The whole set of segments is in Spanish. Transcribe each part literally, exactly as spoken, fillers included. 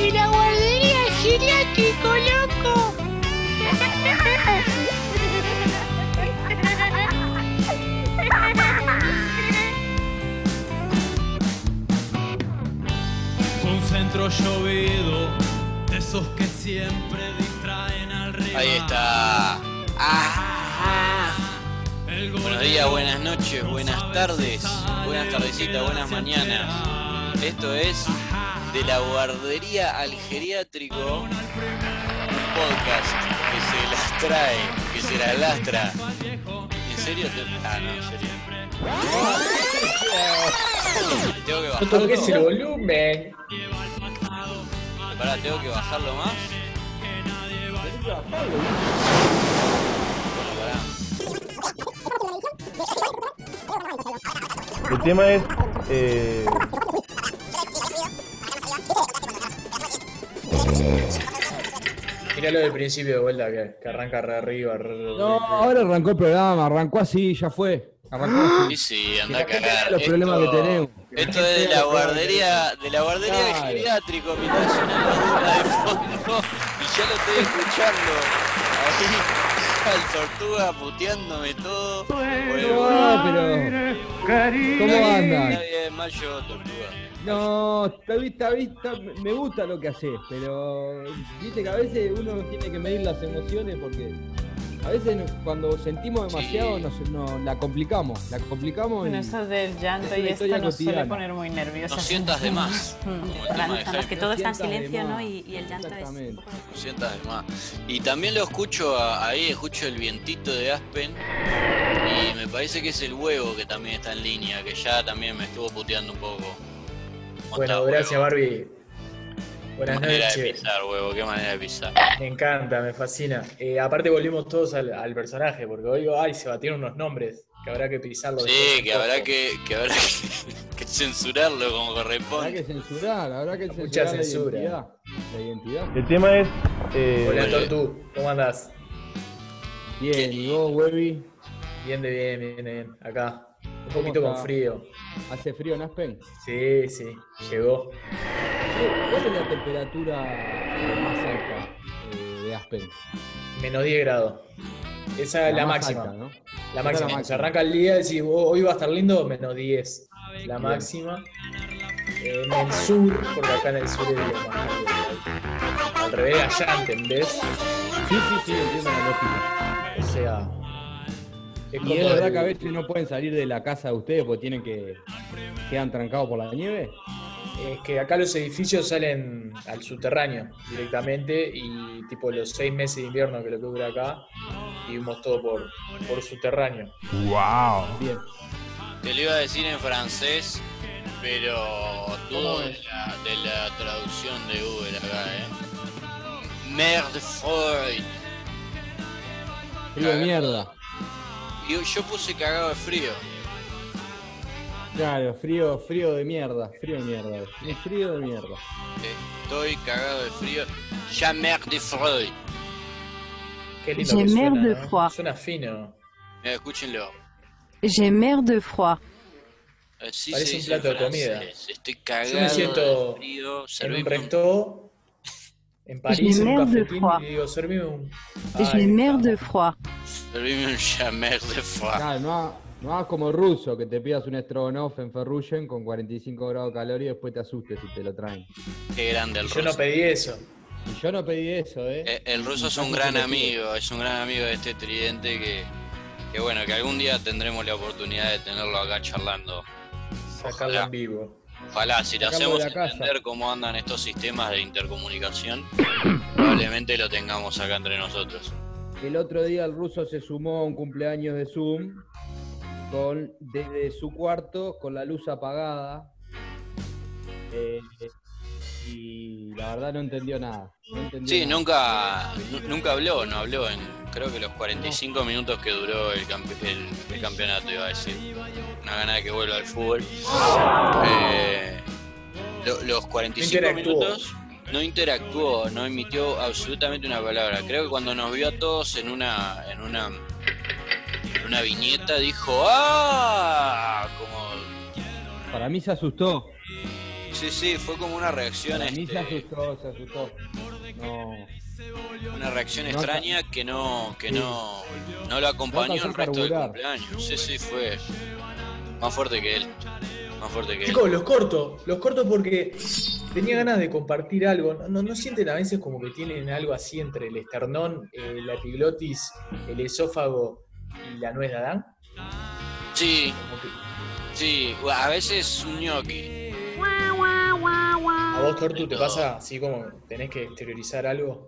de la guardería geriátrico, loco. Un centro llovido, de esos que siempre distraen al rival. Ahí está. Ah. Buenos días, buenas noches, buenas tardes, buenas tardecitas, buenas mañanas. Esto es De la Guardería al Geriátrico, un podcast que se las trae, que se las lastra. ¿En serio? Ah, no, en serio. Tengo que bajarlo. No toques el volumen. Pará, tengo que bajarlo más. Bueno, pará. El tema es... Eh... Míralo del principio de vuelta, que, que arranca re arriba. Re, re, No, ahora arrancó el programa, arrancó así, ya fue. Arrancó así. Sí, sí, anda a cagar. Los problemas que tenemos. Esto es de la guardería, de la guardería del Claro. geriátrico, mientras suena la dura de fondo. Y ya lo estoy escuchando. Ahí, al Tortuga puteándome todo. Bueno, No, pero... ¿Cómo andan? está bien, mal yo, Tortuga. No, está bien, está bien, está- me gusta lo que haces, pero viste que a veces uno tiene que medir las emociones porque a veces no- cuando sentimos demasiado Sí. nos, nos la complicamos, la complicamos Bueno, y eso del llanto es y una esto historia nos suele cotidiana. poner muy nerviosos. No sientas de más. Mm, Como el para tema mí, de además que Jaime. todo está en No sientas de silencio, ¿no? más. Y, y el llanto es un Exactamente. poco... No sientas de más. Y también lo escucho a- ahí, escucho el vientito de Aspen. Y me parece que es el huevo que también está en línea, que ya también me estuvo puteando un poco. ¿Cómo Bueno, está, gracias, huevo? Barbie. Qué Buenas manera de noches. pisar, huevo, qué manera de pisar. Me encanta, me fascina. Eh, aparte volvimos todos al, al personaje, porque hoy ay, se batieron unos nombres que habrá que pisarlo. Sí, después que un habrá poco. que, que habrá que, que censurarlo como habrá corresponde. que censurar, habrá que Mucha censurar la censura. identidad. La identidad. El tema es... Eh... Hola, Bueno. Tortu, ¿cómo andás? Bien, ¿y vos, Webby? Bien de bien, bien de bien. Acá. Un ¿Cómo poquito con está? frío. ¿Hace frío en Aspen? Sí, sí, llegó. ¿Cuál es la temperatura eh, más alta eh, de Aspen? Menos diez grados. Esa es la, más máxima. alta, ¿no? La Esa es máxima. la Cuando se máxima. arranca el día, decís, "Oh, hoy va a estar lindo, menos diez. La Bien. máxima. En el sur, porque acá en el sur es lo más cálido. Al revés, allá, ¿entendés? Sí, sí, sí, entiendo la lógica. O sea. Es ¿Y es verdad el- que a veces no pueden salir de la casa de ustedes porque tienen que quedan trancados por la nieve? Es que acá los edificios salen al subterráneo directamente y tipo los seis meses de invierno que lo que dura acá, vivimos todo por, por subterráneo. Bien. Te lo iba a decir en francés, pero dudo ¿Cómo de es? la, de la traducción de Google acá, eh. Merde Freud. Frío de mierda. Yo, yo puse cagado de frío. Claro, frío, frío de mierda, frío de mierda. Un frío de mierda. Estoy cagado de frío. Ya merde Freud. Qué lindo J'ai que suena, merde ¿no? froid. Suena fino. Mira, escúchenlo. J'ai mer de froid. Así Parece se un dice plato en de comida. francés. Estoy cagado Yo me siento de frío. En un Servime resto en París, en un merde cafetín, froid. y digo, servime un... J'ai Ay, mer no. de froid. servime un chamer de froid. Claro, no, ha- no hagas como ruso, que te pidas un Strogonoff en Ferrugem con cuarenta y cinco grados de calor y después te asustes si te lo traen. Qué grande el Yo ruso. no pedí eso. Y yo no pedí eso, ¿eh? Eh, El ruso es un Entonces gran te lo pido. amigo, es un gran amigo de este tridente que, que bueno, que algún día tendremos la oportunidad de tenerlo acá charlando. Sacarlo Ojalá. en vivo. Ojalá, si le Sacarlo hacemos de la casa. entender cómo andan estos sistemas de intercomunicación, probablemente lo tengamos acá entre nosotros. El otro día el ruso se sumó a un cumpleaños de Zoom con, desde su cuarto con la luz apagada. Eh, y la verdad no entendió nada. No entendió Sí, nada. nunca, nu- nunca habló, no habló en creo que los cuarenta y cinco minutos que duró el, campe- el- el campeonato, iba a decir. Una gana de que vuelva al fútbol. Eh, lo- los cuarenta y No cinco interactuó. minutos no interactuó, no emitió absolutamente una palabra. Creo que cuando nos vio a todos en una en una en una viñeta dijo ¡ah! Como Para mí se asustó. sí, sí, fue como una reacción, Para mí se este, asustó, se asustó. No, una reacción No extraña que no, que Sí. no, no lo acompañó alcanzó el a resto del carburar. cumpleaños. Sí, sí, fue más fuerte que él. Más fuerte que él. Chicos, los corto, los corto porque tenía ganas de compartir algo. ¿No, no sienten a veces como que tienen algo así entre el esternón, eh, la epiglotis, el esófago y la nuez de Adán? Sí, Como que- sí, a veces un gnocchi. ¿A vos, Tortu, te No. pasa así como tenés que exteriorizar algo?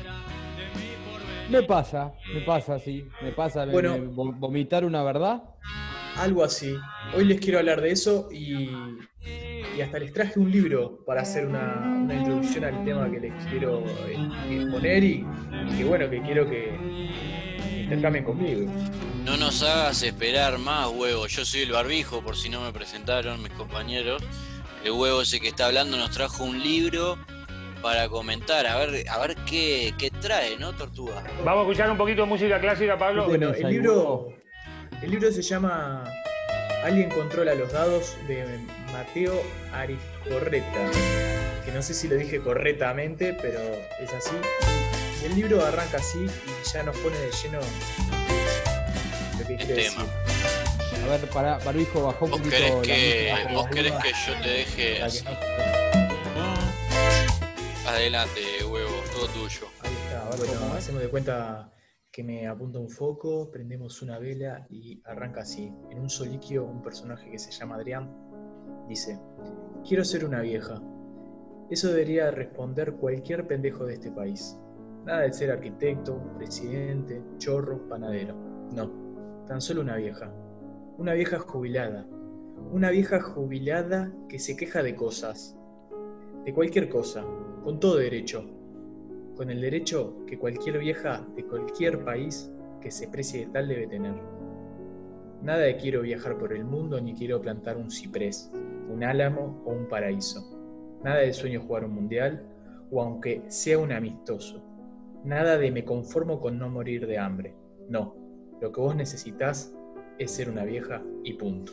me pasa, me pasa, sí. Me pasa me- Bueno. me- vo- vomitar una verdad. Algo así. Hoy les quiero hablar de eso y, y hasta les traje un libro para hacer una, una introducción al tema que les quiero eh, exponer y, y que bueno, que quiero que intercambien conmigo. No nos hagas esperar más, huevo. Yo soy el barbijo, por si no me presentaron mis compañeros. El huevo ese que está hablando nos trajo un libro para comentar, a ver, a ver qué, qué trae, ¿no, Tortuga? Vamos a escuchar un poquito de música clásica, Pablo. Bueno, tenés el ahí, libro, huevo? el libro se llama Alguien controla los dados de Mateo Arizcorreta, que no sé si lo dije correctamente, pero es así. Y el libro arranca así y ya nos pone de lleno lo que El quiere tema. decir. A ver, pará, barbijo, bajó un ¿Vos poquito. querés la que, música, vos por querés las que dudas, yo te deje para así? que no- Adelante, huevo, todo tuyo. Ahí está, ver, bueno, ¿cómo es? hacemos de cuenta que me apunta un foco, prendemos una vela y arranca así. En un soliquio, un personaje que se llama Adrián dice: quiero ser una vieja. Eso debería responder cualquier pendejo de este país. Nada de ser arquitecto, presidente, chorro, panadero. No, tan solo una vieja. Una vieja jubilada. Una vieja jubilada que se queja de cosas. De cualquier cosa, con todo derecho. Con el derecho que cualquier vieja de cualquier país que se precie de tal debe tener. Nada de quiero viajar por el mundo ni quiero plantar un ciprés, un álamo o un paraíso. Nada de sueño jugar un mundial o aunque sea un amistoso. Nada de me conformo con no morir de hambre. No, lo que vos necesitas es ser una vieja y punto.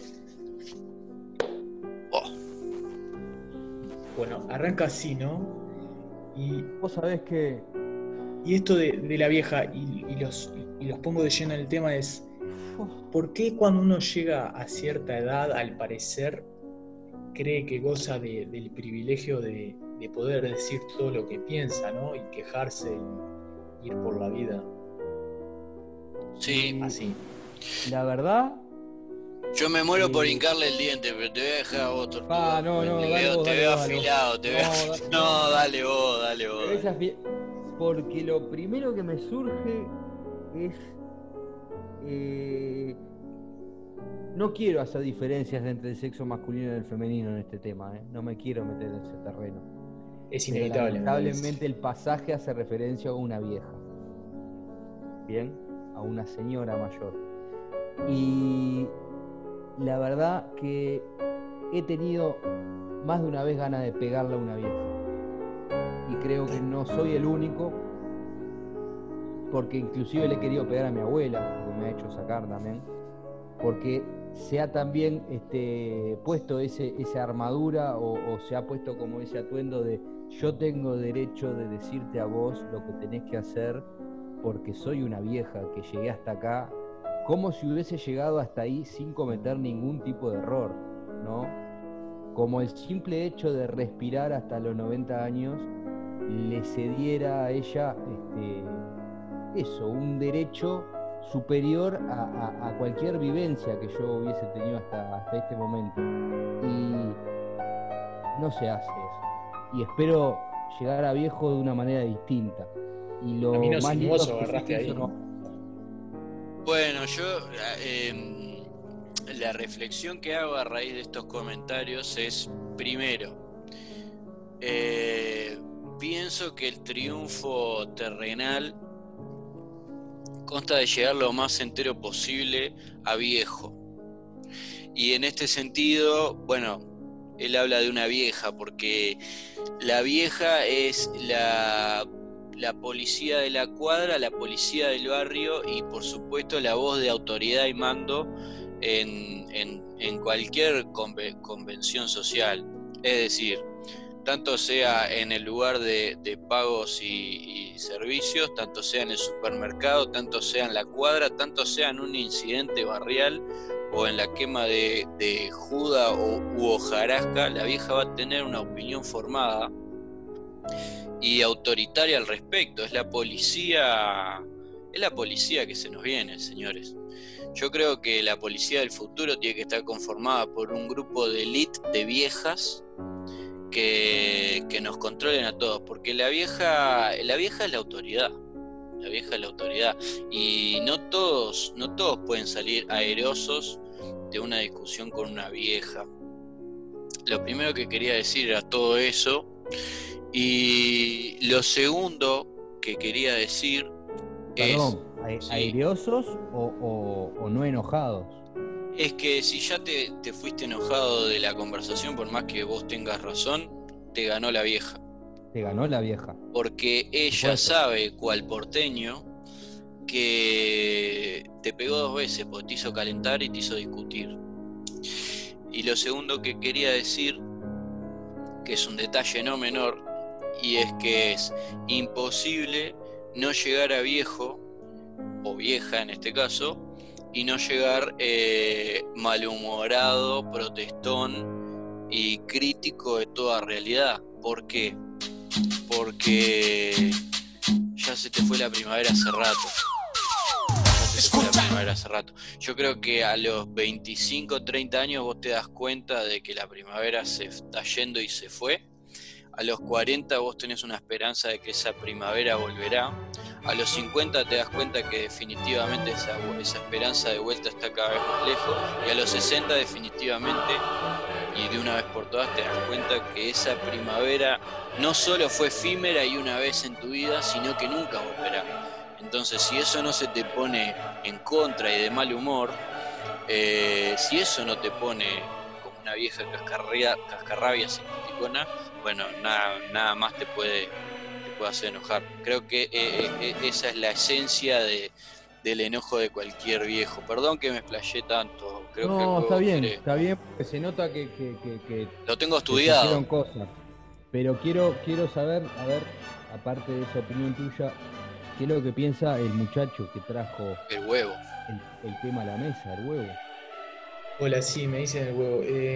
Oh, Bueno, arranca así, ¿no? Y Vos sabés que Y esto de, de la vieja, y, y los, y los pongo de lleno en el tema, es ¿por qué cuando uno llega a cierta edad, al parecer, cree que goza de, del privilegio de, de poder decir todo lo que piensa, ¿no? Y quejarse y ir por la vida sí, así? la verdad, yo me muero por Sí. hincarle el diente, pero te voy a dejar a vos, Tortuga. Ah, no, no, te dale veo, vos, te dale veo vos, dale vos. afilado, te veo No, afilado. da- No, dale vos, dale vos. dale. esa fi- porque lo primero que me surge es eh, no quiero hacer diferencias entre el sexo masculino y el femenino en este tema, ¿eh? No me quiero meter en ese terreno. Es Pero inevitable. me parece. lamentablemente el pasaje hace referencia a una vieja. Bien, a una señora mayor. Y la verdad que he tenido más de una vez ganas de pegarle a una vieja. Y creo que no soy el único, porque inclusive le he querido pegar a mi abuela, que me ha hecho sacar también, porque se ha también este, puesto ese, esa armadura o, o se ha puesto como ese atuendo de yo tengo derecho de decirte a vos lo que tenés que hacer porque soy una vieja que llegué hasta acá, como si hubiese llegado hasta ahí sin cometer ningún tipo de error, ¿no? Como el simple hecho de respirar hasta los noventa años le cediera a ella este, eso, un derecho superior a, a, a cualquier vivencia que yo hubiese tenido hasta, hasta este momento. Y no se hace eso. Y espero llegar a viejo de una manera distinta. Y lo Camino más lindo sinuoso es que agarraste ahí. eso no- Bueno, yo eh, la reflexión que hago a raíz de estos comentarios es, primero, eh, pienso que el triunfo terrenal consta de llegar lo más entero posible a viejo. Y en este sentido, bueno, él habla de una vieja, porque la vieja es la, la policía de la cuadra, la policía del barrio y por supuesto la voz de autoridad y mando en, en, en cualquier conve, convención social. Es decir, tanto sea en el lugar de, de pagos y, y servicios, tanto sea en el supermercado, tanto sea en la cuadra, tanto sea en un incidente barrial o en la quema de, de juda o, u hojarasca, la vieja va a tener una opinión formada y autoritaria al respecto. Es la policía, es la policía que se nos viene, señores. Yo creo que la policía del futuro tiene que estar conformada por un grupo de élite de viejas que, que nos controlen a todos, porque la vieja, la vieja es la autoridad. La vieja es la autoridad. Y no todos, no todos pueden salir airosos de una discusión con una vieja. Lo primero que quería decir era todo eso. Y lo segundo que quería decir Perdón, es... sí. ¿aireosos o, o, o no enojados? Es que si ya te, te fuiste enojado de la conversación, por más que vos tengas razón, te ganó la vieja. Te ganó la vieja. Porque ella sabe, cual porteño, que te pegó dos veces porque te hizo calentar y te hizo discutir. Y lo segundo que quería decir, que es un detalle no menor, y es que es imposible no llegar a viejo, o vieja en este caso, y no llegar eh, malhumorado, protestón y crítico de toda realidad. ¿Por qué? Porque ya se te fue la primavera hace rato. Ya se te fue la primavera hace rato. Yo creo que a los veinticinco, treinta años vos te das cuenta de que la primavera se está yendo y se fue. A los cuarenta vos tenés una esperanza de que esa primavera volverá. A los cincuenta te das cuenta que definitivamente esa, esa esperanza de vuelta está cada vez más lejos. Y a los sesenta definitivamente, y de una vez por todas, te das cuenta que esa primavera no solo fue efímera y una vez en tu vida, sino que nunca volverá. Entonces, si eso no se te pone en contra y de mal humor, eh, si eso no te pone como una vieja cascarria, cascarrabia simpaticona, bueno, nada, nada más te puede, te puede hacer enojar. Creo que eh, eh, esa es la esencia de, del enojo de cualquier viejo. Perdón que me explayé tanto. Creo no, que está bien, quiere... está bien, porque se nota que, que, que, que lo tengo estudiado. Cosas. Pero quiero, quiero saber, a ver, aparte de esa opinión tuya, ¿qué es lo que piensa el muchacho que trajo el huevo? El, el tema a la mesa, el huevo. Hola, sí, me dicen el huevo. Eh,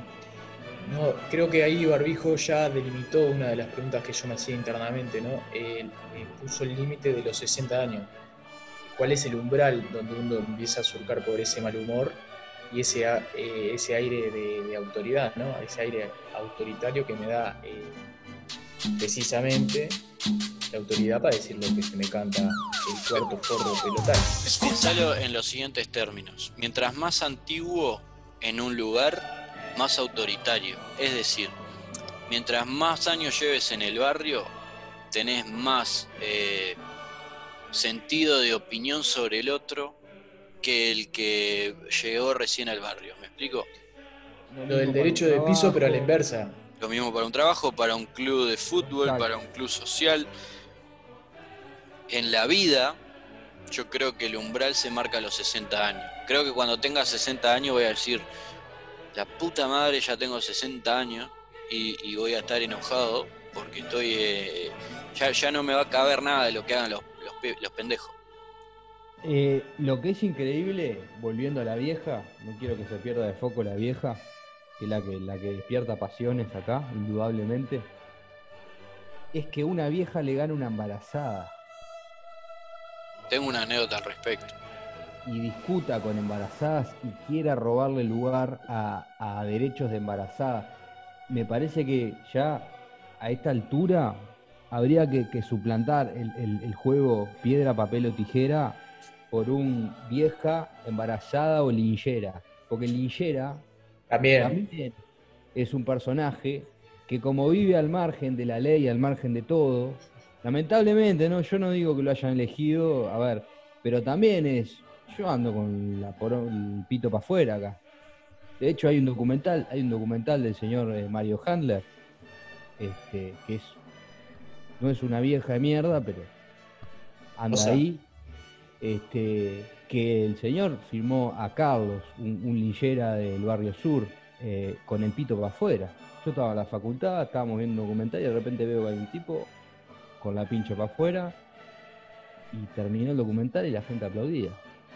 no, creo que ahí Barbijo ya delimitó una de las preguntas que yo me hacía internamente, ¿no? Eh, eh, puso el límite de los sesenta años. ¿Cuál es el umbral donde uno empieza a surcar por ese mal humor y ese, eh, ese aire de, de autoridad, ¿no? Ese aire autoritario que me da eh, precisamente la autoridad para decir lo que se me canta el cuarto forro pelotal. Pensalo en los siguientes términos. Mientras más antiguo en un lugar, más autoritario. Es decir, mientras más años lleves en el barrio, tenés más eh, sentido de opinión sobre el otro que el que llegó recién al barrio. ¿Me explico? Lo del derecho de piso, pero a la inversa. Lo mismo para un trabajo, para un club de fútbol, Exacto. para un club social. En la vida, yo creo que el umbral se marca a los sesenta años. Creo que cuando tenga sesenta años voy a decir, la puta madre, ya tengo sesenta años y, y voy a estar enojado porque estoy... Eh, ya, ya no me va a caber nada de lo que hagan los, los, los pendejos. Eh, lo que es increíble, volviendo a la vieja, no quiero que se pierda de foco la vieja, que es la que, la que despierta pasiones acá, indudablemente, es que una vieja le gana una embarazada. Tengo una anécdota al respecto. Y discuta con embarazadas y quiera robarle lugar a, a derechos de embarazada. Me parece que ya a esta altura habría que, que suplantar el, el, el juego piedra, papel o tijera por un vieja, embarazada o linchera. Porque linchera también. también es un personaje que, como vive al margen de la ley, al margen de todo, lamentablemente, no, yo no digo que lo hayan elegido, a ver, pero también es, yo ando con la por, el pito para afuera acá. De hecho hay un documental, hay un documental del señor eh, Mario Handler, este, que es, no es una vieja de mierda, pero anda o sea, ahí, este, que el señor firmó a Carlos, un, un linchera del barrio sur, eh, con el pito para afuera. Yo estaba en la facultad, estábamos viendo un documental y de repente veo que hay un tipo con la pincha para afuera y terminó el documental y la gente aplaudía.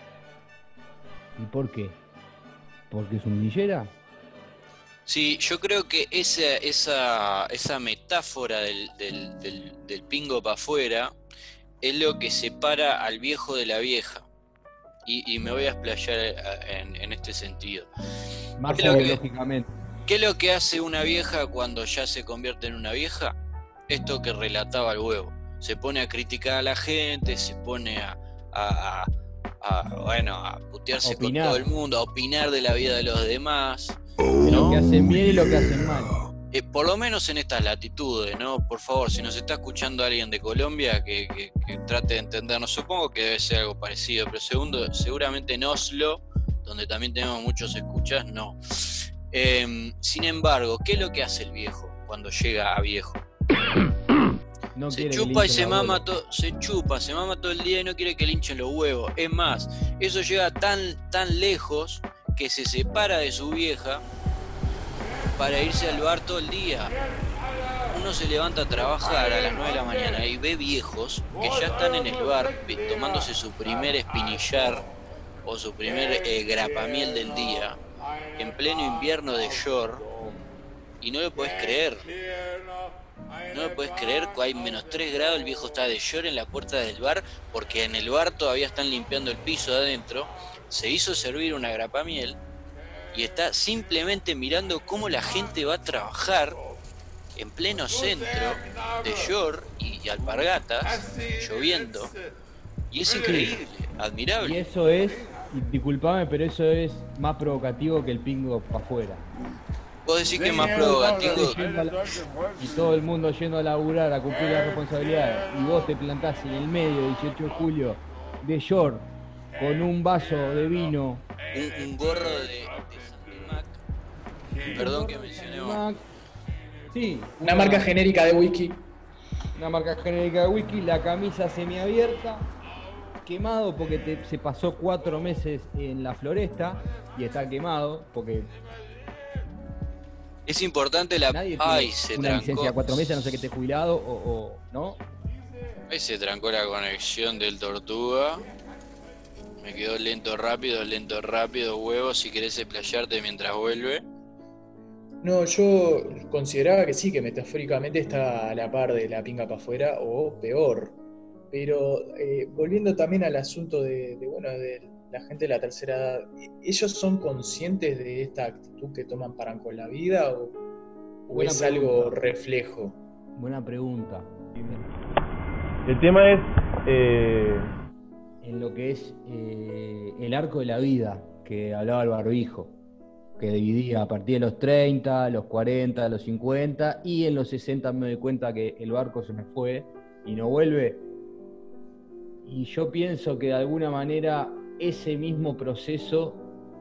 ¿Y por qué? ¿Porque es un villera? Sí, yo creo que esa, esa, esa metáfora del, del, del, del pingo para afuera es lo que separa al viejo de la vieja. Y, y me voy a explayar en, en este sentido. Más ¿Qué es, lo que, lógicamente. ¿Qué es lo que hace una vieja cuando ya se convierte en una vieja? Esto que relataba el huevo. Se pone a criticar a la gente, se pone a, a, a, a bueno, a putearse con todo el mundo, a opinar de la vida de los demás. ¿No? Lo que hacen bien y lo que hacen mal. Eh, por lo menos en estas latitudes, ¿no? Por favor, si nos está escuchando alguien de Colombia, que, que, que trate de entendernos. Supongo que debe ser algo parecido, pero segundo, seguramente en Oslo, donde también tenemos muchos escuchas, no. Eh, sin embargo, ¿qué es lo que hace el viejo cuando llega a viejo? No se chupa y se mama todo, se chupa, se mama todo el día y no quiere que le hinchen los huevos. Es más, eso llega tan, tan lejos que se separa de su vieja para irse al bar todo el día. Uno se levanta a trabajar a las nueve de la mañana y ve viejos que ya están en el bar tomándose su primer espinillar o su primer eh, grapamiel del día en pleno invierno de York y no lo podés creer. No lo podés creer que hay menos tres grados, el viejo está de York en la puerta del bar porque en el bar todavía están limpiando el piso de adentro. Se hizo servir una grapamiel y está simplemente mirando cómo la gente va a trabajar en pleno centro de York y Alpargatas, lloviendo. Y es increíble, admirable. Y eso es, y disculpame, pero eso es más provocativo que el pingo para afuera. Vos decís que es más provocativo. Y todo el mundo yendo a laburar, a cumplir las responsabilidades. Y vos te plantás en el medio, dieciocho de julio, de York, con un vaso de vino. Un, un gorro de, de Mac. Perdón que mencioné Mac. Sí. Una, una marca genérica de whisky. Una marca genérica de whisky, la camisa semiabierta, quemado porque te, se pasó cuatro meses en la floresta y está quemado porque... Es importante la... Nadie Ay, tiene se una trancó. licencia de cuatro meses, no sé que esté jubilado o, o... ¿no? Ahí se trancó la conexión del Tortuga. Me quedó lento, rápido, lento, rápido, huevo. Si querés explayarte mientras vuelve. No, yo consideraba que sí, que metafóricamente está a la par de la pinga para afuera o peor. Pero eh, volviendo también al asunto de, de, bueno, de la gente de la tercera edad, ¿ellos son conscientes de esta actitud que toman para con la vida o, o es pregunta. Algo reflejo? Buena pregunta. El tema es... Eh... En lo que es eh, el arco de la vida, que hablaba el Barbijo, que dividía a partir de los treinta, los cuarenta, los cincuenta, y en los sesenta me doy cuenta que el barco se me fue y no vuelve. Y yo pienso que de alguna manera ese mismo proceso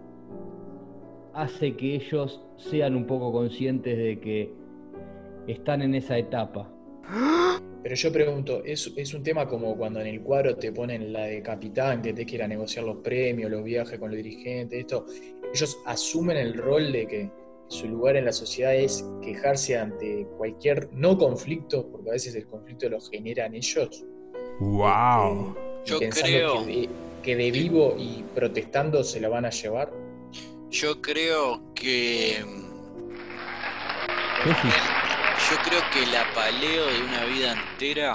hace que ellos sean un poco conscientes de que están en esa etapa. Pero yo pregunto, ¿es, es un tema como cuando en el cuadro te ponen la de capitán, que te quiera negociar los premios, los viajes con los dirigentes, esto? Ellos asumen el rol de que su lugar en la sociedad es quejarse ante cualquier no conflicto, porque a veces el conflicto lo generan ellos. ¡Wow! Eh, yo pensando creo que de, que de vivo y protestando se la van a llevar. Yo creo que... ¿Qué sí? Yo creo que el apaleo de una vida entera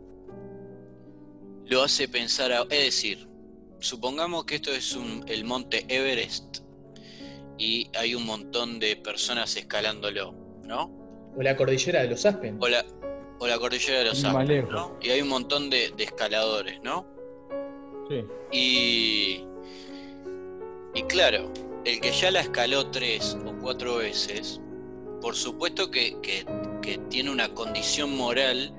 lo hace pensar a... Es decir, supongamos que esto es un, el monte Everest y hay un montón de personas escalándolo, ¿no? O la cordillera de los Aspen. O la, o la cordillera de los Aspen, ¿no? Y hay un montón de, de escaladores, ¿no? Sí. Y... Y claro, el que ya la escaló tres o cuatro veces, por supuesto que, que, que tiene una condición moral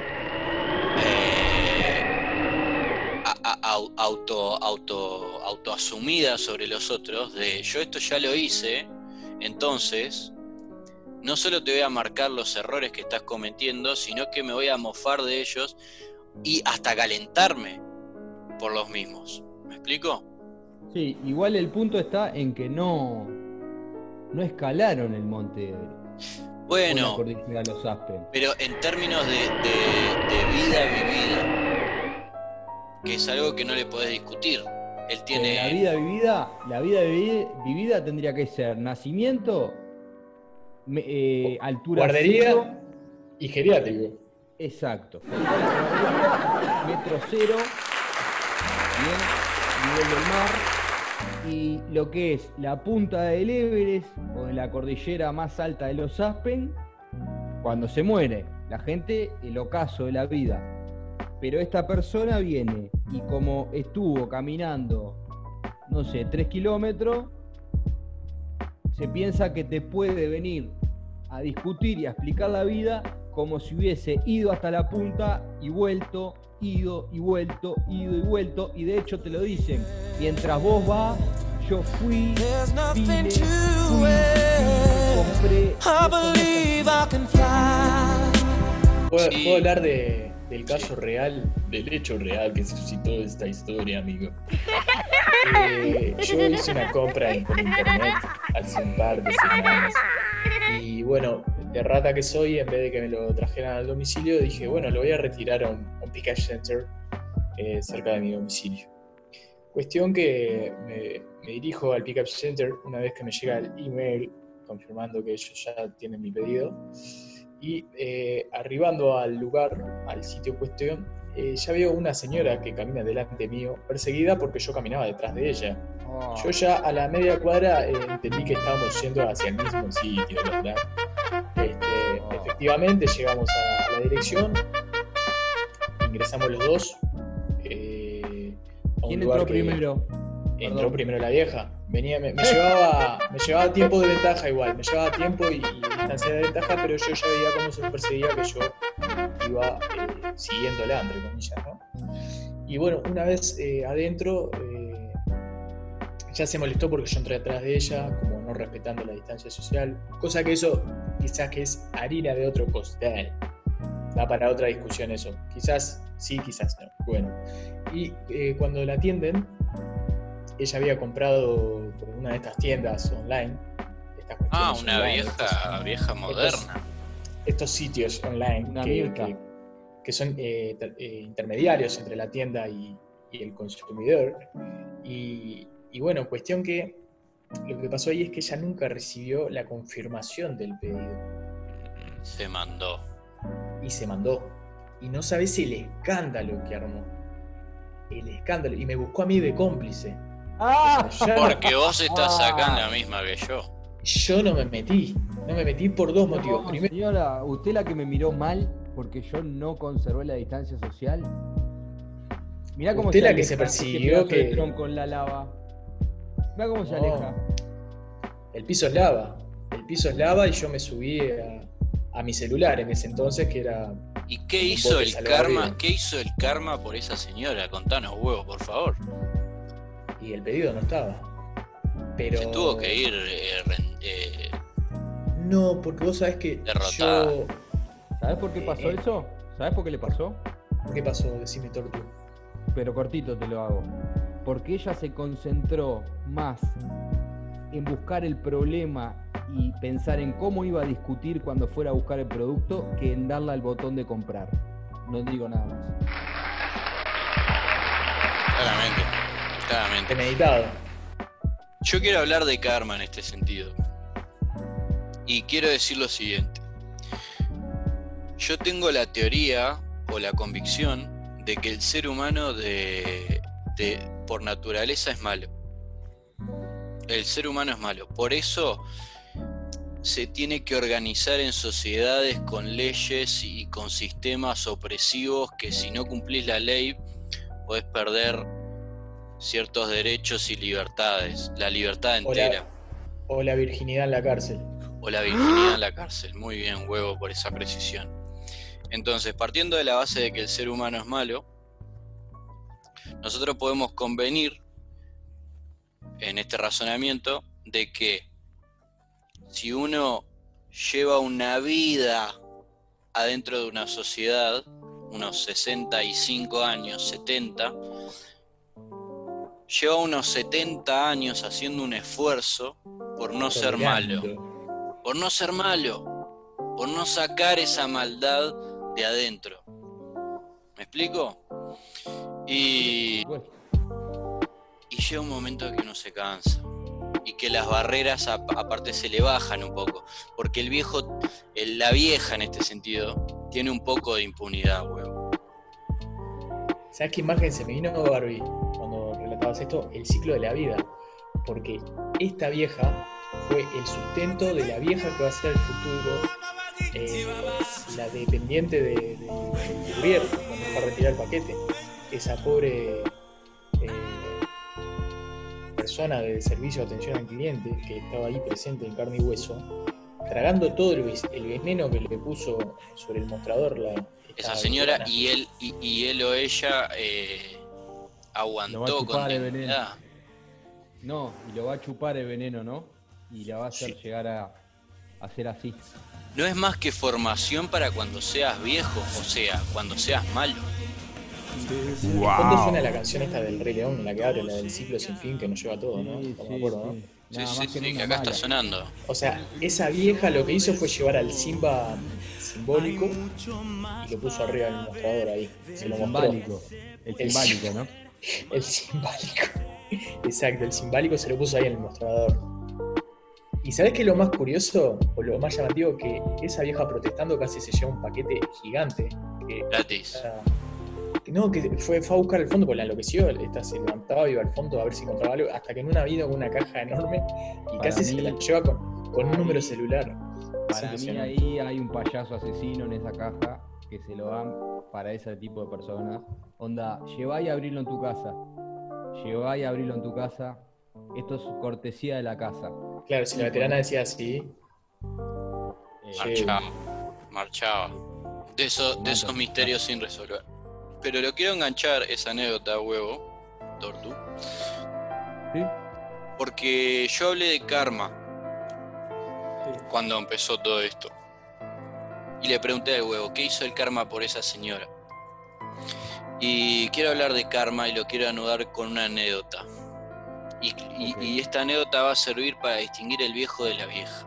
eh, a, a, auto, auto, autoasumida sobre los otros, de yo esto ya lo hice, entonces no solo te voy a marcar los errores que estás cometiendo, sino que me voy a mofar de ellos y hasta calentarme por los mismos. ¿Me explico? Sí, igual el punto está en que no... no escalaron el monte. Bueno, la cordillera de los Aspen. Pero en términos de, de, de vida vivida, que es algo que no le podés discutir. Él tiene... La vida vivida, la vida vivida tendría que ser nacimiento, eh, altura guardería cero, y geriátrico. Exacto. Guardería, metro cero, bien, nivel del mar. Y lo que es la punta del Everest o de la cordillera más alta de los Aspen, cuando se muere la gente, el ocaso de la vida. Pero esta persona viene y como estuvo caminando, no sé, tres kilómetros, se piensa que te puede venir a discutir y a explicar la vida como si hubiese ido hasta la punta y vuelto, ido y vuelto, ido y vuelto, y de hecho te lo dicen, mientras vos vas, yo fui, vine, fui, fui, compré. ¿Puedo, ¿Puedo hablar de, del caso real, del hecho real que suscitó esta historia, amigo? Eh, yo hice una compra en, por internet hace un par de semanas y bueno, de rata que soy, en vez de que me lo trajeran al domicilio, dije, bueno, lo voy a retirar a un, a un pick-up center eh, cerca de mi domicilio. Cuestión que me, me dirijo al pick-up center una vez que me llega el email confirmando que ellos ya tienen mi pedido. Y eh, arribando al lugar, al sitio en cuestión, eh, ya veo una señora que camina delante mío, perseguida porque yo caminaba detrás de ella. Oh. Yo ya a la media cuadra eh, entendí que estábamos yendo hacia el mismo sitio, ¿verdad? Este, oh. Efectivamente llegamos a, a la dirección, ingresamos los dos. Eh, a un ¿Quién lugar entró que, primero? Entró Perdón. primero la vieja. Venía, me, me, llevaba, me llevaba tiempo de ventaja igual, me llevaba tiempo y, y distancia de ventaja, pero yo ya veía cómo se me perseguía que yo iba eh, siguiéndola, entre comillas, ¿no? Y bueno, una vez eh, adentro, eh, ya se molestó porque yo entré atrás de ella, como no respetando la distancia social, cosa que eso quizás que es harina de otro costal. Da para otra discusión eso. Quizás sí, quizás no. Bueno, y eh, cuando la atienden, ella había comprado por una de estas tiendas online. Estas ah, una online, vieja, estos, vieja moderna. Estos, estos sitios online que, que, que son eh, eh, intermediarios entre la tienda y, y el consumidor. Y, y bueno, cuestión que lo que pasó ahí es que ella nunca recibió la confirmación del pedido. Se mandó. Y se mandó. Y no sabés el escándalo que armó. El escándalo. Y me buscó a mí de cómplice. Ah, o sea, porque vos estás ah. acá en la misma que yo. Yo no me metí. No me metí por dos no, motivos. Primero, señora, usted la que me miró mal porque yo no conservé la distancia social. Mirá cómo usted se la aleja, que se persiguió que... que... el tronco en la lava. Mirá cómo se no. aleja. El piso es lava. El piso es lava y yo me subí a, a mi celular en ese entonces que era... ¿Y qué hizo el karma? ¿Qué hizo el karma por esa señora? Contanos, huevo, por favor. Y el pedido no estaba. Pero... Se tuvo que ir... Eh, eh, no, porque vos sabés que derrotada. yo... ¿Sabés por qué pasó eh, eso? ¿Sabés por qué le pasó? ¿Por qué pasó? Decime, Tortu. Pero cortito te lo hago. Porque ella se concentró más en buscar el problema y pensar en cómo iba a discutir cuando fuera a buscar el producto que en darle al botón de comprar. No digo nada más. Claramente, claramente. Meditado. Yo quiero hablar de karma en este sentido. Y quiero decir lo siguiente. Yo tengo la teoría o la convicción de que el ser humano de, de, por naturaleza es malo. El ser humano es malo. Por eso se tiene que organizar en sociedades con leyes y con sistemas opresivos que si no cumplís la ley podés perder ciertos derechos y libertades. La libertad entera. O la, o la virginidad en la cárcel. O la virginidad en la cárcel. Muy bien, huevo, por esa precisión. Entonces, partiendo de la base de que el ser humano es malo, nosotros podemos convenir en este razonamiento de que si uno lleva una vida adentro de una sociedad, unos sesenta y cinco años, setenta, lleva unos setenta años haciendo un esfuerzo por no ser malo. Por no ser malo. Por no sacar esa maldad de adentro. ¿Me explico? Y, y llega un momento que uno se cansa. Y que las barreras aparte se le bajan un poco. Porque el viejo, el, la vieja en este sentido, tiene un poco de impunidad, huevo. ¿Sabes qué imagen se me vino, Barbie, cuando relatabas esto? El ciclo de la vida. Porque esta vieja fue el sustento de la vieja que va a ser el futuro, eh, la dependiente de, de, del gobierno, cuando fue a retirar el paquete. Esa pobre eh, persona de servicio de atención al cliente que estaba ahí presente en carne y hueso, tragando todo el, el veneno que le puso sobre el mostrador la, esa señora, y él, y, y él o ella eh, aguantó con dignidad. No, y lo va a chupar el veneno, ¿no? Y la va a hacer sí. llegar a, a ser así. No es más que formación para cuando seas viejo, o sea, cuando seas malo. Wow. ¿Cuándo suena la canción esta del Rey León, la que abre, la del ciclo sin fin, que nos lleva a todo, ¿no? Sí, no sí, me acuerdo, ¿no? Sí, sí, sí, sí, que acá mala. Está sonando. O sea, esa vieja lo que hizo fue llevar al Simba simbólico y lo puso arriba del mostrador ahí. Se el lo simbólico. El simbólico, ¿no? El simbólico. Exacto, el simbólico se lo puso ahí en el mostrador. ¿Y sabés qué es lo más curioso o lo más llamativo? Que esa vieja protestando casi se lleva un paquete gigante. Que, gratis. Era, que no, que fue, fue a buscar el fondo porque la enloqueció. Esta se levantaba, iba al fondo a ver si encontraba algo. Hasta que en una vino con una caja enorme y para casi mí, se la lleva con, con un número celular. Para mí ahí hay un payaso asesino en esa caja que se lo dan para ese tipo de personas. Onda, llevá y abrirlo en tu casa. Llevá y abrirlo en tu casa. Esto es cortesía de la casa. Claro, si la veterana decía así. Eh, marchaba. Marchaba. De, eso, de esos misterios sin resolver. Pero lo quiero enganchar, esa anécdota, huevo, Tortu. ¿Sí? Porque yo hablé de karma cuando empezó todo esto. Y le pregunté al huevo, ¿qué hizo el karma por esa señora? Y quiero hablar de karma y lo quiero anudar con una anécdota. Y, y, okay. y esta anécdota va a servir para distinguir el viejo de la vieja.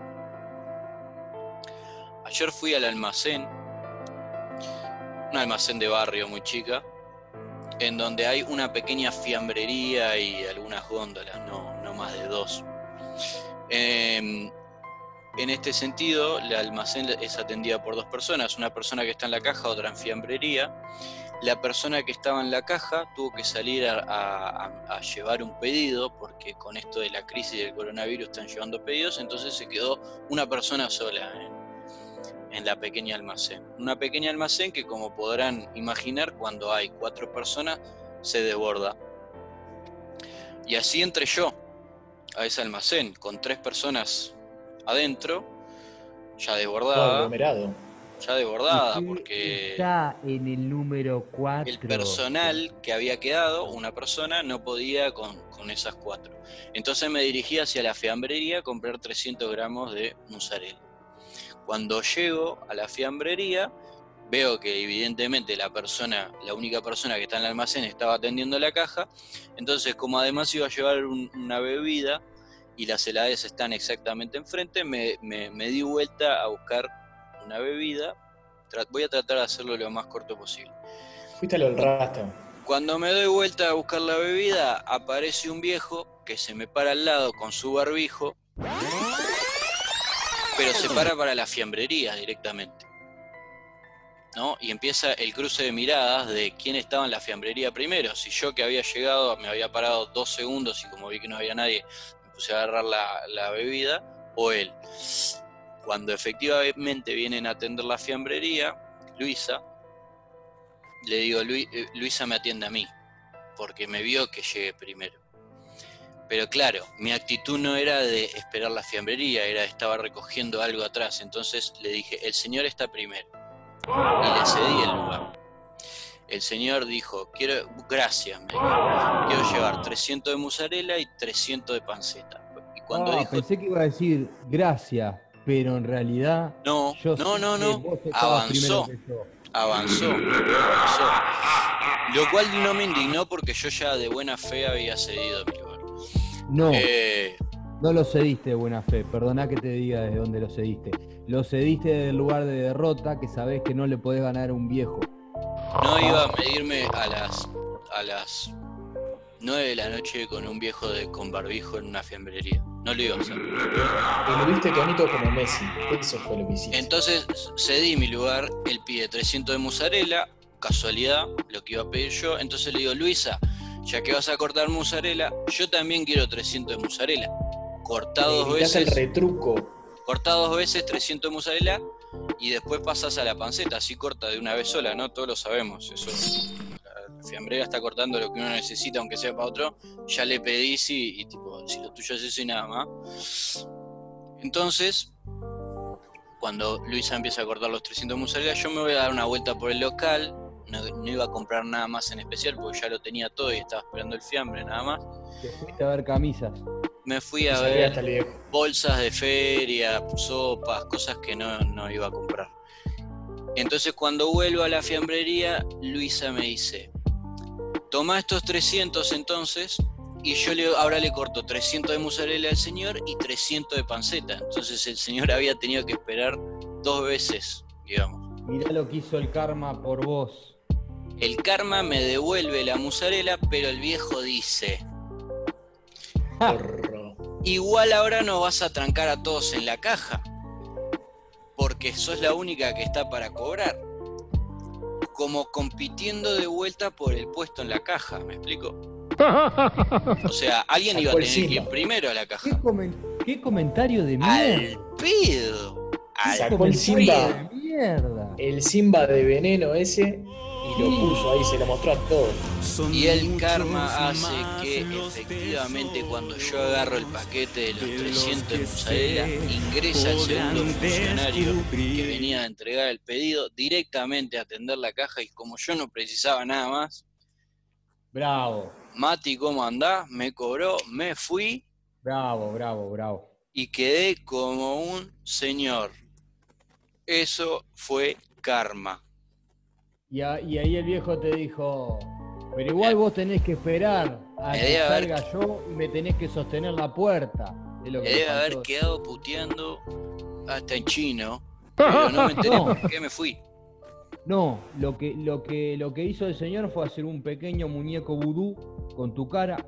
Ayer fui al almacén, un almacén de barrio muy chica, en donde hay una pequeña fiambrería y algunas góndolas, no, no más de dos. Eh, en este sentido, el almacén es atendida por dos personas, una persona que está en la caja, otra en fiambrería. La persona que estaba en la caja tuvo que salir a, a, a llevar un pedido, porque con esto de la crisis del coronavirus están llevando pedidos, entonces se quedó una persona sola en, en la pequeña almacén. Una pequeña almacén que, como podrán imaginar, cuando hay cuatro personas se desborda. Y así entré yo a ese almacén con tres personas adentro, ya desbordada. Aglomerado. Ya desbordada, porque está en el número cuatro. El personal que había quedado, una persona, no podía con, con esas cuatro. Entonces me dirigí hacia la fiambrería a comprar trescientos gramos de mozzarella. Cuando llego a la fiambrería, veo que evidentemente la persona, la única persona que está en el almacén estaba atendiendo la caja. Entonces, como además iba a llevar un, una bebida y las heladeras están exactamente enfrente, me, me, me di vuelta a buscar una bebida. Voy a tratar de hacerlo lo más corto posible. Fuiste a lo del rastro. Cuando me doy vuelta a buscar la bebida, aparece un viejo que se me para al lado con su barbijo, pero se para para la fiambrería directamente, ¿no? Y empieza el cruce de miradas de quién estaba en la fiambrería primero. Si yo, que había llegado, me había parado dos segundos y como vi que no había nadie, me puse a agarrar la, la bebida, o él. Cuando efectivamente vienen a atender la fiambrería, Luisa, le digo, Lu, Luisa me atiende a mí, porque me vio que llegué primero. Pero claro, mi actitud no era de esperar la fiambrería, era estaba recogiendo algo atrás. Entonces le dije, el señor está primero. Y le cedí el lugar. El señor dijo, quiero, gracias, me dijo, quiero llevar trescientos de mozzarella y trescientos de panceta. Y cuando ah, dijo, pensé que iba a decir, gracias. Pero en realidad... No, yo no, no, no. Avanzó. Avanzó. Avanzó. Lo cual no me indignó porque yo ya de buena fe había cedido mi lugar. No. Eh, No lo cediste de buena fe, perdoná que te diga desde dónde lo cediste. Lo cediste del lugar de derrota que sabés que no le podés ganar a un viejo. No iba a medirme a las a las nueve de la noche con un viejo de, con barbijo en una fiambrería. No lo iba a hacer. Y lo viste tonito como Messi. Eso fue lo que hiciste. Entonces cedí mi lugar, él pide trescientos de mozzarella, casualidad, lo que iba a pedir yo. Entonces le digo, Luisa, ya que vas a cortar mozzarella, yo también quiero trescientos de mozzarella. Cortá dos veces. el retruco. Cortá dos veces trescientos de mozzarella y después pasás a la panceta, así corta de una vez sola, ¿no? Todos lo sabemos. Eso, la fiambrera está cortando lo que uno necesita, aunque sea para otro. Ya le pedís y, y tipo, si lo tuyo es eso y nada más. Entonces, cuando Luisa empieza a cortar los trescientos de mozzarella, yo me voy a dar una vuelta por el local. No, no iba a comprar nada más en especial porque ya lo tenía todo y estaba esperando el fiambre nada más. Te fuiste a ver camisas. Me fui a ver bolsas de feria, sopas, cosas que no, no iba a comprar. Entonces cuando vuelvo a la fiambrería, Luisa me dice, toma estos trescientos entonces, y yo le, ahora le corto trescientos de mozzarella al señor y trescientos de panceta. Entonces el señor había tenido que esperar dos veces, digamos. Mirá lo que hizo el karma por vos. El karma me devuelve la mozzarella, pero el viejo dice... Igual ahora no vas a trancar a todos en la caja, porque sos la única que está para cobrar. Como compitiendo de vuelta por el puesto en la caja, ¿me explico? O sea, alguien iba a tener que ir primero a la caja. ¿Qué, comen qué comentario de mierda? ¡Al pedo! ¡Al Sacó el Simba, de mierda! El Simba de veneno ese y lo puso ahí, se lo mostró a todos. Y el karma hace que efectivamente cuando yo agarro el paquete de los trescientos de mozzarella, ingresa el segundo funcionario que venía a entregar el pedido directamente a atender la caja, y como yo no precisaba nada más, bravo. Mati, ¿cómo andás? Me cobró, me fui. Bravo, bravo, bravo. Y quedé como un señor. Eso fue karma. Y, a, y ahí el viejo te dijo, pero igual vos tenés que esperar a que salga haber... yo y me tenés que sostener la puerta. Es lo que me debe haber quedado puteando hasta en chino, pero no me enteré no. por qué me fui. No, lo que, lo, que, lo que hizo el señor fue hacer un pequeño muñeco vudú con tu cara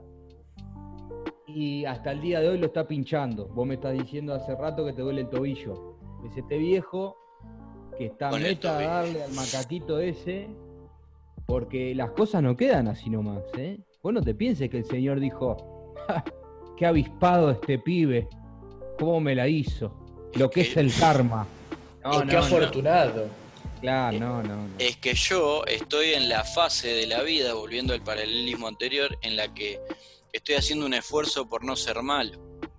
y hasta el día de hoy lo está pinchando. Vos me estás diciendo hace rato que te duele el tobillo. Es este viejo que está con meta a darle al macaquito ese, porque las cosas no quedan así nomás, ¿eh? Vos no te pienses que el señor dijo, ¡ja! ¡Qué avispado este pibe! ¿Cómo me la hizo? Lo que es el karma. No, no, qué afortunado. No. Claro, no, no, no. Es que yo estoy en la fase de la vida, volviendo al paralelismo anterior, en la que estoy haciendo un esfuerzo por no ser malo.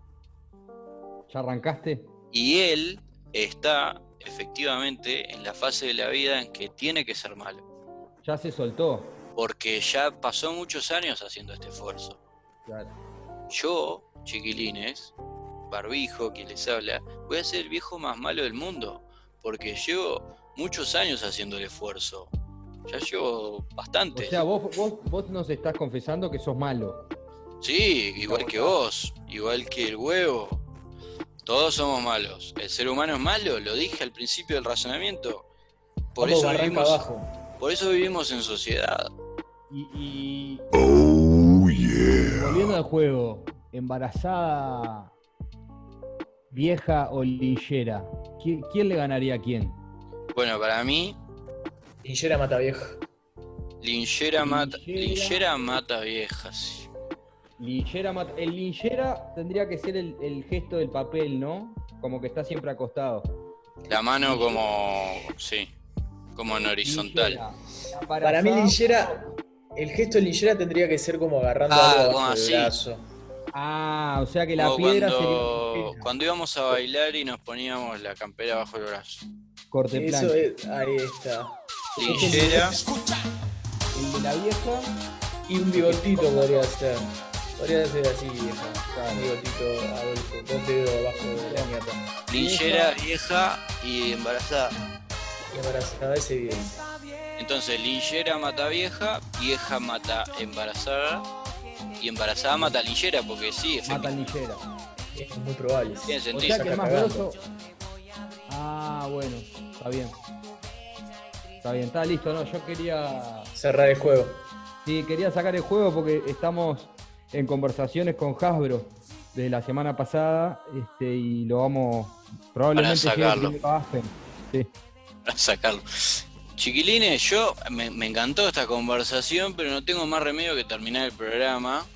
¿Ya arrancaste? Y él está... efectivamente en la fase de la vida en que tiene que ser malo. Ya se soltó. Porque ya pasó muchos años haciendo este esfuerzo. Claro. Yo, chiquilines, barbijo, quien les habla, voy a ser el viejo más malo del mundo. Porque llevo muchos años haciendo el esfuerzo. Ya llevo bastante. O sea, vos, vos, vos nos estás confesando que sos malo. Sí, igual que vos, igual que el huevo. Todos somos malos. El ser humano es malo, lo dije al principio del razonamiento. Por eso vivimos, abajo. Por eso vivimos en sociedad. Y, y... Oh, yeah. Volviendo al juego, embarazada, vieja o linchera, ¿quién, quién le ganaría a quién? Bueno, para mí... Linchera mata vieja. Linchera mata, linchera mata viejas. Linchera mata... El linchera tendría que ser el, el gesto del papel, ¿no? Como que está siempre acostado. La mano como... sí, como en horizontal. Para mí linchera... El gesto de linchera tendría que ser como agarrando ah, algo bajo el brazo. Ah, o sea que la o piedra cuando, sería... Cuando íbamos a bailar y nos poníamos la campera bajo el brazo. Corte plan. Eso es... Ahí está. Linchera. El de la vieja. Y un bigotito podría ser. Podría ser así, vieja. Un bigotito, Adolfo, dos dedos abajo de la mierda. Linchera, vieja y embarazada. Y embarazada, ese bien. Entonces, linchera mata vieja, vieja mata embarazada, y embarazada mata linchera, porque sí, mata linchera. Es muy probable. Tiene O sentido. sea que el más grosso. Ah, bueno, está bien. Está bien, está listo, no, yo quería. Cerrar el juego. Sí, quería sacar el juego porque estamos en conversaciones con Hasbro desde la semana pasada, este, y lo vamos. Probablemente Para sacarlo. llegue primero a Aspen. Sí. Para sacarlo. Chiquilines, yo me, me encantó esta conversación, pero no tengo más remedio que terminar el programa.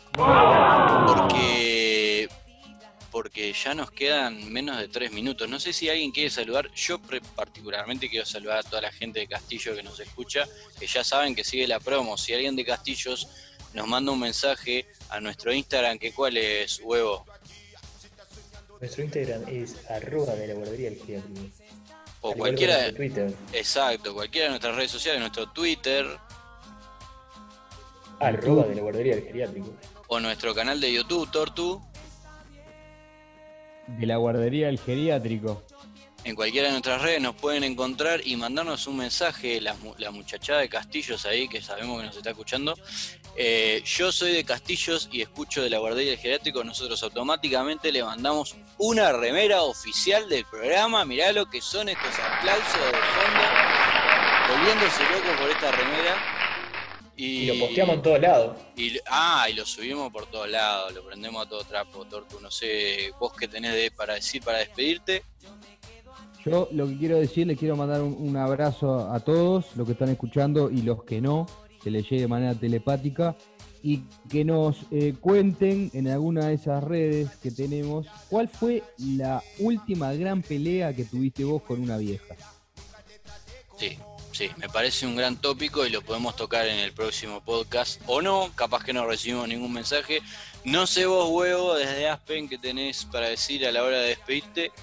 Porque. Porque ya nos quedan menos de tres minutos. No sé si alguien quiere saludar. Yo particularmente quiero saludar a toda la gente de Castillo que nos escucha, que ya saben que sigue la promo. Si alguien de Castillos nos manda un mensaje a nuestro Instagram, que ¿cuál es, Huevo? Nuestro Instagram es arroba de la guardería del geriátrico. O Al cualquiera igual que de... nuestro Twitter. Exacto, cualquiera de nuestras redes sociales, nuestro Twitter. Arroba de la guardería del geriátrico. O nuestro canal de YouTube, Tortu. De la guardería del geriátrico. En cualquiera de nuestras redes nos pueden encontrar y mandarnos un mensaje, la, la muchachada de Castillos ahí, que sabemos que nos está escuchando. Eh, yo soy de Castillos y escucho de la guardería del geriátrico. Nosotros automáticamente le mandamos una remera oficial del programa. Mirá lo que son estos aplausos de fondo, volviéndose loco por esta remera. Y, Y lo posteamos en todos lados. Y, ah, y lo subimos por todos lados, lo prendemos a todo trapo, Tortu. No sé, vos qué tenés de, para decir, para despedirte. Yo lo que quiero decir, les quiero mandar un, un abrazo a todos los que están escuchando y los que no, que les llegue de manera telepática, y que nos eh, cuenten en alguna de esas redes que tenemos cuál fue la última gran pelea que tuviste vos con una vieja. Sí, sí, me parece un gran tópico y lo podemos tocar en el próximo podcast. O no, capaz que no recibimos ningún mensaje. No sé vos, Huevo, desde Aspen, qué tenés para decir a la hora de despedirte.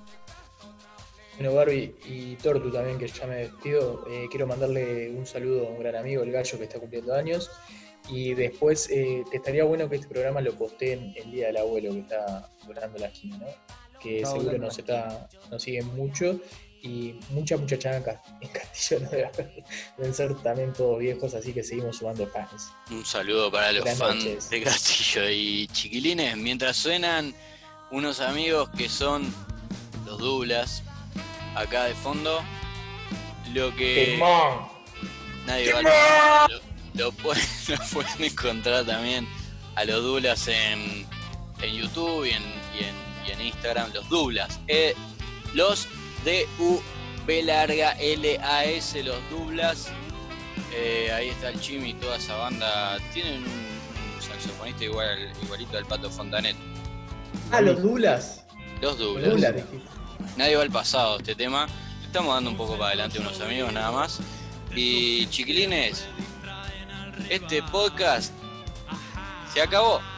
Bueno, Barbie y Tortu también, que ya me despido. Eh, quiero mandarle un saludo a un gran amigo, el Gallo, que está cumpliendo años. Y después eh, estaría bueno que este programa lo posteen el día del abuelo, que está volando la esquina, ¿no? Que Está seguro volando nos, la está, nos siguen mucho. Y mucha muchachada en Ca- en Castillo no debe haber. Deben ser también todos viejos, así que seguimos sumando fans. Un saludo para los Buenas fans noches. de Castillo. Y chiquilines, mientras suenan unos amigos que son los Douglas, acá de fondo, lo que ¡Timón! nadie va a... Lo, lo, pueden, lo pueden encontrar también a los Douglas en, en YouTube y en, y, en, y en Instagram, los Douglas. Eh, los D U B larga L A S, los Douglas. Eh, ahí está el Chimi y toda esa banda. Tienen un, un saxofonista igual, igualito al Pato Fontanet. Ah, los Dulas. Los Douglas. Dulas, dijiste. Nadie va al pasado este tema. Le estamos dando un poco para adelante a unos amigos nada más. Y chiquilines, este podcast se acabó.